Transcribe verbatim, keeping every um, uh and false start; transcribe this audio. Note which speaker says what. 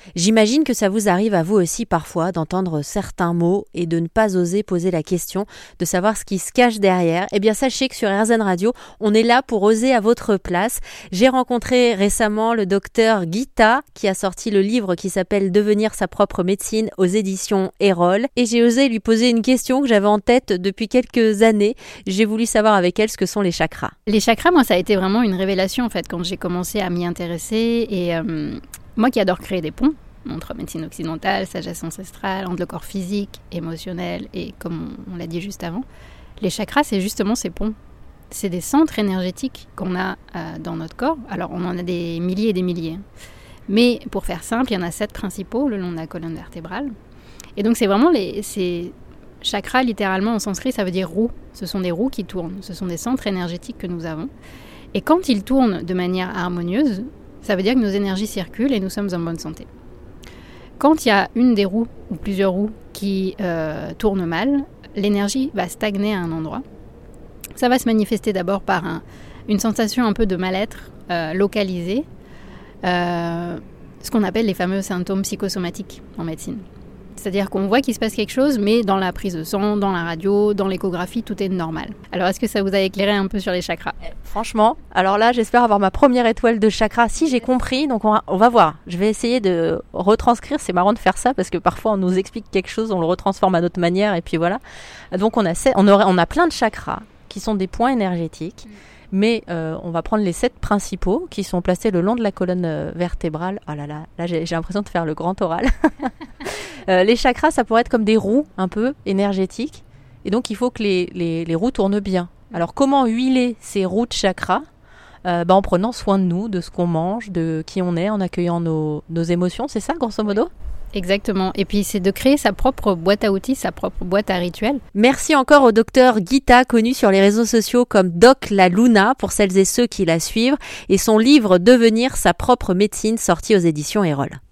Speaker 1: J'imagine que ça vous arrive à vous aussi parfois d'entendre certains mots et de ne pas oser poser la question, de savoir ce qui se cache derrière. Eh bien, sachez que sur R Z N Radio, on est là pour oser à votre place. J'ai rencontré récemment le docteur Gita qui a sorti le livre qui s'appelle « Devenir sa propre médecine » aux éditions Erol. Et j'ai osé lui poser une question que j'avais en tête depuis quelques années. J'ai voulu savoir avec elle ce que sont les chakras.
Speaker 2: Les chakras, moi, ça a été vraiment une révélation en fait quand j'ai commencé à m'y intéresser et... Euh... Moi qui adore créer des ponts entre médecine occidentale, sagesse ancestrale, entre le corps physique, émotionnel et comme on, on l'a dit juste avant, les chakras, c'est justement ces ponts. C'est des centres énergétiques qu'on a euh, dans notre corps. Alors, on en a des milliers et des milliers. Mais pour faire simple, il y en a sept principaux le long de la colonne vertébrale. Et donc, c'est vraiment les... Ces chakras, littéralement, en sanskrit, ça veut dire roues. Ce sont des roues qui tournent. Ce sont des centres énergétiques que nous avons. Et quand ils tournent de manière harmonieuse, ça veut dire que nos énergies circulent et nous sommes en bonne santé. Quand il y a une des roues ou plusieurs roues qui euh, tournent mal, l'énergie va stagner à un endroit. Ça va se manifester d'abord par un, une sensation un peu de mal-être euh, localisée, euh, ce qu'on appelle les fameux symptômes psychosomatiques en médecine. C'est-à-dire qu'on voit qu'il se passe quelque chose, mais dans la prise de sang, dans la radio, dans l'échographie, tout est normal. Alors, est-ce que ça vous a éclairé un peu sur les chakras ?
Speaker 1: Franchement, alors là, j'espère avoir ma première étoile de chakra. Si j'ai compris, donc on va, on va voir. Je vais essayer de retranscrire. C'est marrant de faire ça parce que parfois on nous explique quelque chose, on le retransforme à notre manière et puis voilà. Donc on a, on aurait, on a plein de chakras qui sont des points énergétiques. Mais euh, on va prendre les sept principaux qui sont placés le long de la colonne euh, vertébrale. Oh là là, là j'ai, j'ai l'impression de faire le grand oral. euh, les chakras, ça pourrait être comme des roues un peu énergétiques. Et donc, il faut que les, les, les roues tournent bien. Alors, comment huiler ces roues de chakras ? euh, bah, En prenant soin de nous, de ce qu'on mange, de qui on est, en accueillant nos, nos émotions. C'est ça, grosso modo ?
Speaker 2: Exactement. Et puis, c'est de créer sa propre boîte à outils, sa propre boîte à rituels.
Speaker 1: Merci encore au docteur Gita, connu sur les réseaux sociaux comme Doc la Luna, pour celles et ceux qui la suivent, et son livre « Devenir sa propre médecine » sorti aux éditions Erol.